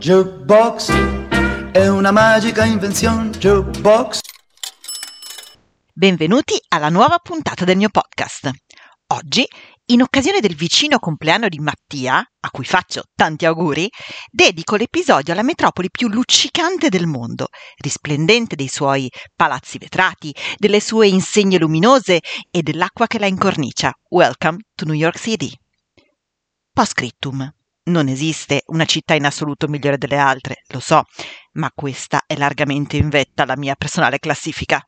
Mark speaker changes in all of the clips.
Speaker 1: Jukebox è una magica invenzione. Jukebox.
Speaker 2: Benvenuti alla nuova puntata del mio podcast. Oggi, in occasione del vicino compleanno di Mattia, a cui faccio tanti auguri, dedico l'episodio alla metropoli più luccicante del mondo, risplendente dei suoi palazzi vetrati, delle sue insegne luminose e dell'acqua che la incornicia. Welcome to New York City. Postscriptum. Non esiste una città in assoluto migliore delle altre, lo so, ma questa è largamente in vetta alla mia personale classifica.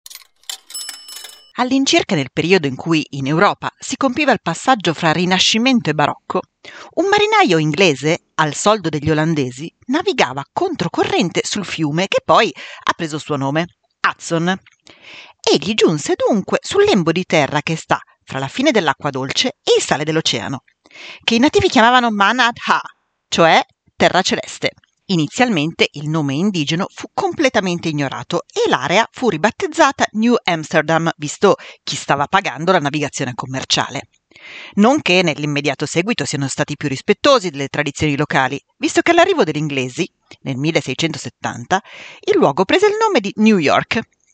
Speaker 2: All'incirca nel periodo in cui in Europa si compiva il passaggio fra Rinascimento e Barocco, un marinaio inglese, al soldo degli olandesi, navigava controcorrente sul fiume che poi ha preso il suo nome, Hudson. Egli giunse dunque sul lembo di terra che sta fra la fine dell'acqua dolce e il sale dell'oceano, che i nativi chiamavano Manad Ha, cioè terra celeste. Inizialmente il nome indigeno fu completamente ignorato e l'area fu ribattezzata New Amsterdam, visto chi stava pagando la navigazione commerciale. Non che nell'immediato seguito siano stati più rispettosi delle tradizioni locali, visto che all'arrivo degli inglesi, nel 1670, il luogo prese il nome di New York.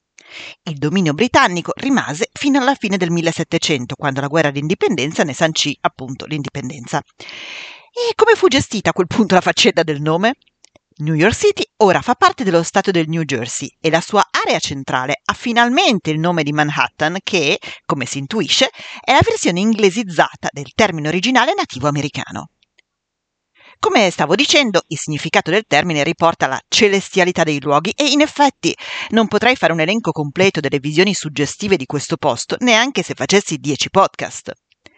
Speaker 2: Il dominio britannico rimase fino alla fine del 1700, quando la guerra d'indipendenza ne sancì appunto l'indipendenza. E come fu gestita a quel punto la faccenda del nome? New York City ora fa parte dello stato del New Jersey e la sua area centrale ha finalmente il nome di Manhattan che, come si intuisce, è la versione inglesizzata del termine originale nativo americano. Come stavo dicendo, il significato del termine riporta alla celestialità dei luoghi e in effetti non potrei fare un elenco completo delle visioni suggestive di questo posto neanche se facessi 10 podcast.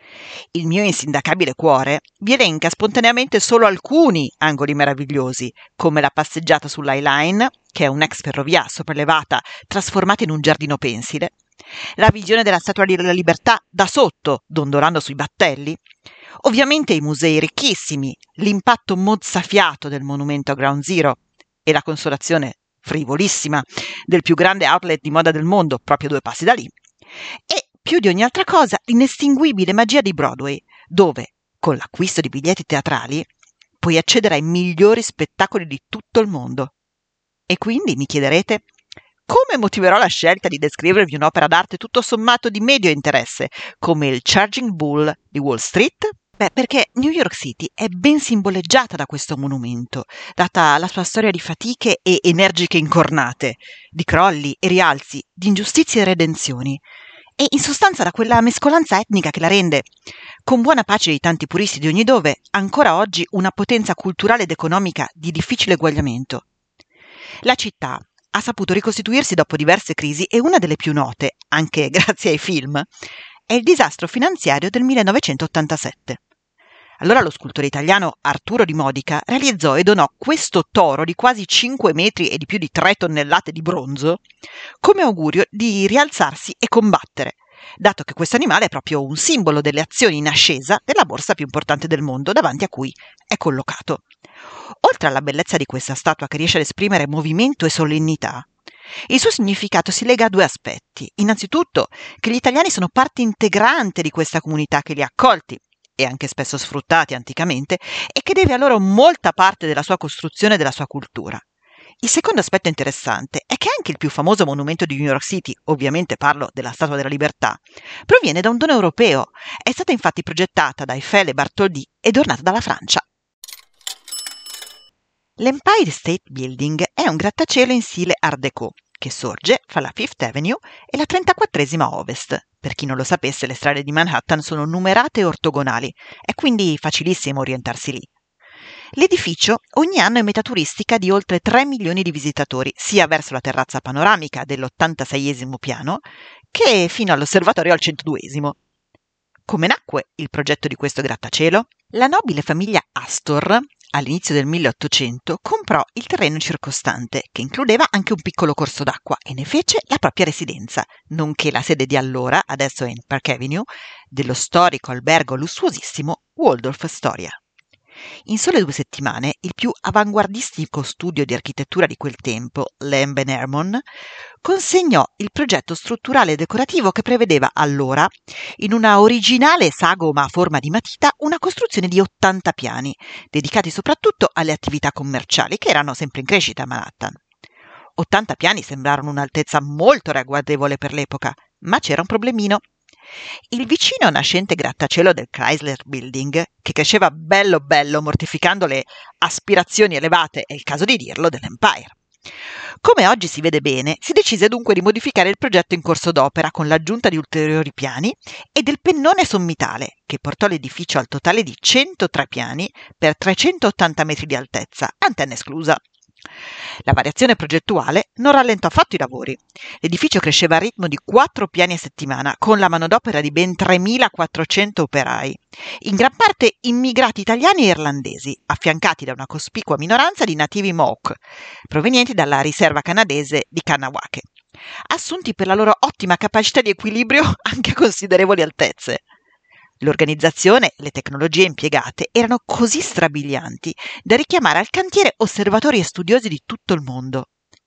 Speaker 2: Il mio insindacabile cuore vi elenca spontaneamente solo alcuni angoli meravigliosi, come la passeggiata sull'High Line, che è un'ex ferrovia sopraelevata trasformata in un giardino pensile, la visione della Statua della Libertà da sotto, dondolando sui battelli, ovviamente i musei ricchissimi, l'impatto mozzafiato del monumento a Ground Zero e la consolazione frivolissima del più grande outlet di moda del mondo, proprio 2 passi da lì, e più di ogni altra cosa l'inestinguibile magia di Broadway, dove, con l'acquisto di biglietti teatrali, puoi accedere ai migliori spettacoli di tutto il mondo. E quindi mi chiederete, come motiverò la scelta di descrivervi un'opera d'arte tutto sommato di medio interesse, come il Charging Bull di Wall Street? Beh, perché New York City è ben simboleggiata da questo monumento, data la sua storia di fatiche e energiche incornate, di crolli e rialzi, di ingiustizie e redenzioni, e in sostanza da quella mescolanza etnica che la rende, con buona pace di tanti puristi di ogni dove, ancora oggi una potenza culturale ed economica di difficile eguagliamento. La città ha saputo ricostituirsi dopo diverse crisi e una delle più note, anche grazie ai film, è il disastro finanziario del 1987. Allora lo scultore italiano Arturo Di Modica realizzò e donò questo toro di quasi 5 metri e di più di 3 tonnellate di bronzo come augurio di rialzarsi e combattere, dato che questo animale è proprio un simbolo delle azioni in ascesa della borsa più importante del mondo davanti a cui è collocato. Oltre alla bellezza di questa statua che riesce ad esprimere movimento e solennità, il suo significato si lega a 2 aspetti. Innanzitutto che gli italiani sono parte integrante di questa comunità che li ha accolti e anche spesso sfruttati anticamente, e che deve a loro molta parte della sua costruzione e della sua cultura. Il secondo aspetto interessante è che anche il più famoso monumento di New York City, ovviamente parlo della Statua della Libertà, proviene da un dono europeo. È stata infatti progettata da Eiffel e Bartholdi ed ornata dalla Francia. L'Empire State Building è un grattacielo in stile Art Deco, che sorge fra la Fifth Avenue e la 34esima Ovest. Per chi non lo sapesse, le strade di Manhattan sono numerate e ortogonali, è quindi facilissimo orientarsi lì. L'edificio ogni anno è meta turistica di oltre 3 milioni di visitatori, sia verso la terrazza panoramica dell'86esimo piano, che fino all'osservatorio al 102esimo. Come nacque il progetto di questo grattacielo? La nobile famiglia Astor, all'inizio del 1800, comprò il terreno circostante, che includeva anche un piccolo corso d'acqua, e ne fece la propria residenza, nonché la sede di allora, adesso è in Park Avenue, dello storico albergo lussuosissimo Waldorf Astoria. In sole 2 settimane, il più avanguardistico studio di architettura di quel tempo, Lamb and Hermon, consegnò il progetto strutturale e decorativo che prevedeva allora, in una originale sagoma a forma di matita, una costruzione di 80 piani, dedicati soprattutto alle attività commerciali che erano sempre in crescita a Manhattan. 80 piani sembrarono un'altezza molto ragguardevole per l'epoca, ma c'era un problemino. Il vicino nascente grattacielo del Chrysler Building, che cresceva bello bello mortificando le aspirazioni elevate, è il caso di dirlo, dell'Empire. Come oggi si vede bene, si decise dunque di modificare il progetto in corso d'opera con l'aggiunta di ulteriori piani e del pennone sommitale, che portò l'edificio al totale di 103 piani per 380 metri di altezza, antenna esclusa. La variazione progettuale non rallentò affatto i lavori. L'edificio cresceva a ritmo di 4 piani a settimana, con la manodopera di ben 3.400 operai, in gran parte immigrati italiani e irlandesi, affiancati da una cospicua minoranza di nativi Mohawk, provenienti dalla riserva canadese di Kahnawake, assunti per la loro ottima capacità di equilibrio anche a considerevoli altezze. L'organizzazione e le tecnologie impiegate erano così strabilianti da richiamare al cantiere osservatori e studiosi di tutto il mondo.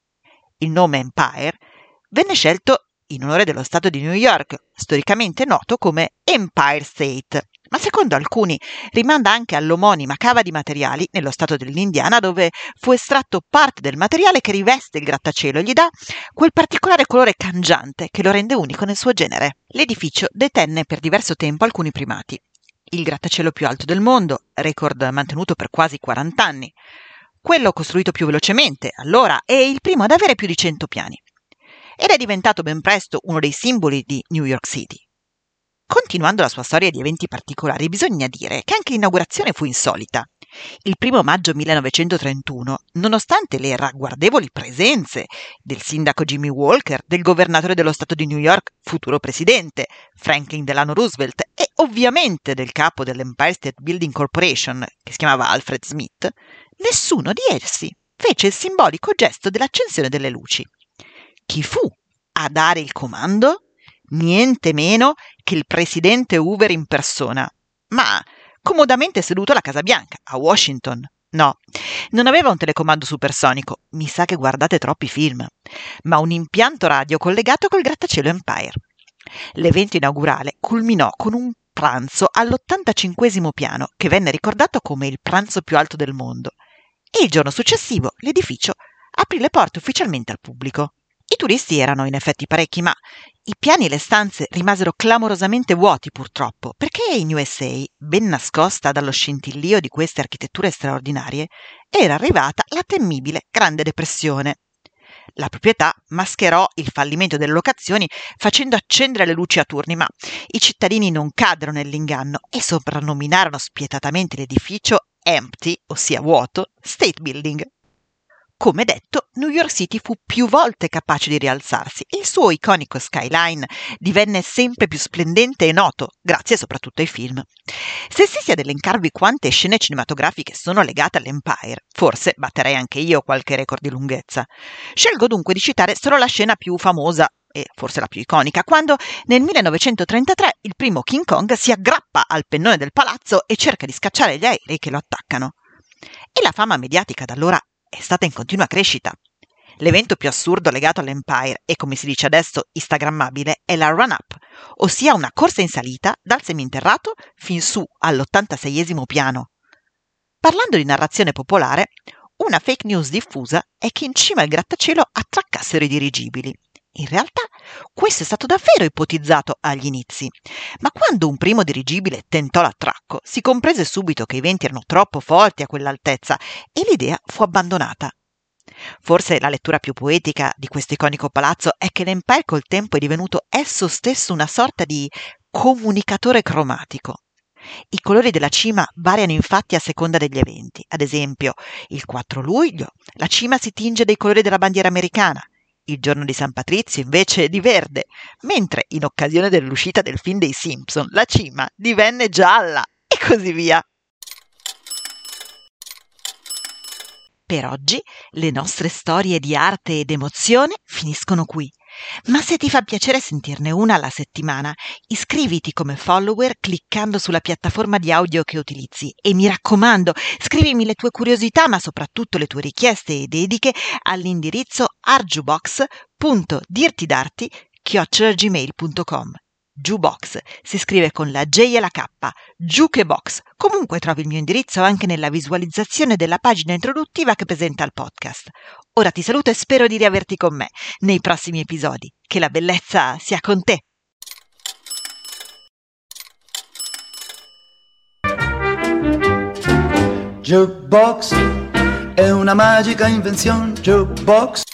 Speaker 2: Il nome Empire venne scelto in onore dello Stato di New York, storicamente noto come Empire State, ma secondo alcuni rimanda anche all'omonima cava di materiali nello stato dell'Indiana, dove fu estratto parte del materiale che riveste il grattacielo e gli dà quel particolare colore cangiante che lo rende unico nel suo genere. L'edificio detenne per diverso tempo alcuni primati. Il grattacielo più alto del mondo, record mantenuto per quasi 40 anni, quello costruito più velocemente allora e il primo ad avere più di 100 piani. Ed è diventato ben presto uno dei simboli di New York City. Continuando la sua storia di eventi particolari, bisogna dire che anche l'inaugurazione fu insolita. Il 1 maggio 1931, nonostante le ragguardevoli presenze del sindaco Jimmy Walker, del governatore dello Stato di New York, futuro presidente, Franklin Delano Roosevelt, e ovviamente del capo dell'Empire State Building Corporation, che si chiamava Alfred Smith, nessuno di essi fece il simbolico gesto dell'accensione delle luci. Chi fu a dare il comando? Niente meno che il presidente Hoover in persona, ma comodamente seduto alla Casa Bianca, a Washington. No, non aveva un telecomando supersonico, mi sa che guardate troppi film, ma un impianto radio collegato col grattacielo Empire. L'evento inaugurale culminò con un pranzo all'85° piano, che venne ricordato come il pranzo più alto del mondo, e il giorno successivo l'edificio aprì le porte ufficialmente al pubblico. I turisti erano in effetti parecchi, ma i piani e le stanze rimasero clamorosamente vuoti purtroppo, perché in USA, ben nascosta dallo scintillio di queste architetture straordinarie, era arrivata la temibile Grande Depressione. La proprietà mascherò il fallimento delle locazioni facendo accendere le luci a turni, ma i cittadini non caddero nell'inganno e soprannominarono spietatamente l'edificio Empty, ossia vuoto, State Building. Come detto, New York City fu più volte capace di rialzarsi e il suo iconico skyline divenne sempre più splendente e noto, grazie soprattutto ai film. Se stessi ad elencarvi quante scene cinematografiche sono legate all'Empire, forse batterei anche io qualche record di lunghezza. Scelgo dunque di citare solo la scena più famosa e forse la più iconica, quando nel 1933 il primo King Kong si aggrappa al pennone del palazzo e cerca di scacciare gli aerei che lo attaccano. E la fama mediatica da allora è stata in continua crescita. L'evento più assurdo legato all'Empire e, come si dice adesso, instagrammabile, è la run-up, ossia una corsa in salita dal seminterrato fin su all'86° piano. Parlando di narrazione popolare, una fake news diffusa è che in cima al grattacielo attraccassero i dirigibili. In realtà questo è stato davvero ipotizzato agli inizi, ma quando un primo dirigibile tentò l'attracco si comprese subito che i venti erano troppo forti a quell'altezza e l'idea fu abbandonata. Forse la lettura più poetica di questo iconico palazzo è che l'Empire col tempo è divenuto esso stesso una sorta di comunicatore cromatico. I colori della cima variano infatti a seconda degli eventi. Ad esempio, il 4 luglio la cima si tinge dei colori della bandiera americana, il giorno di San Patrizio invece di verde, mentre in occasione dell'uscita del film dei Simpson la cima divenne gialla e così via. Per oggi le nostre storie di arte ed emozione finiscono qui. Ma se ti fa piacere sentirne una alla settimana, iscriviti come follower cliccando sulla piattaforma di audio che utilizzi e mi raccomando, scrivimi le tue curiosità ma soprattutto le tue richieste e dediche all'indirizzo arjubox.dirtidarti@gmail.com. Jukebox si scrive con la J e la K, Jukebox. Comunque trovi il mio indirizzo anche nella visualizzazione della pagina introduttiva che presenta il podcast. Ora ti saluto e spero di riaverti con me nei prossimi episodi. Che la bellezza sia con te!
Speaker 1: Jukebox è una magica invenzione. Jukebox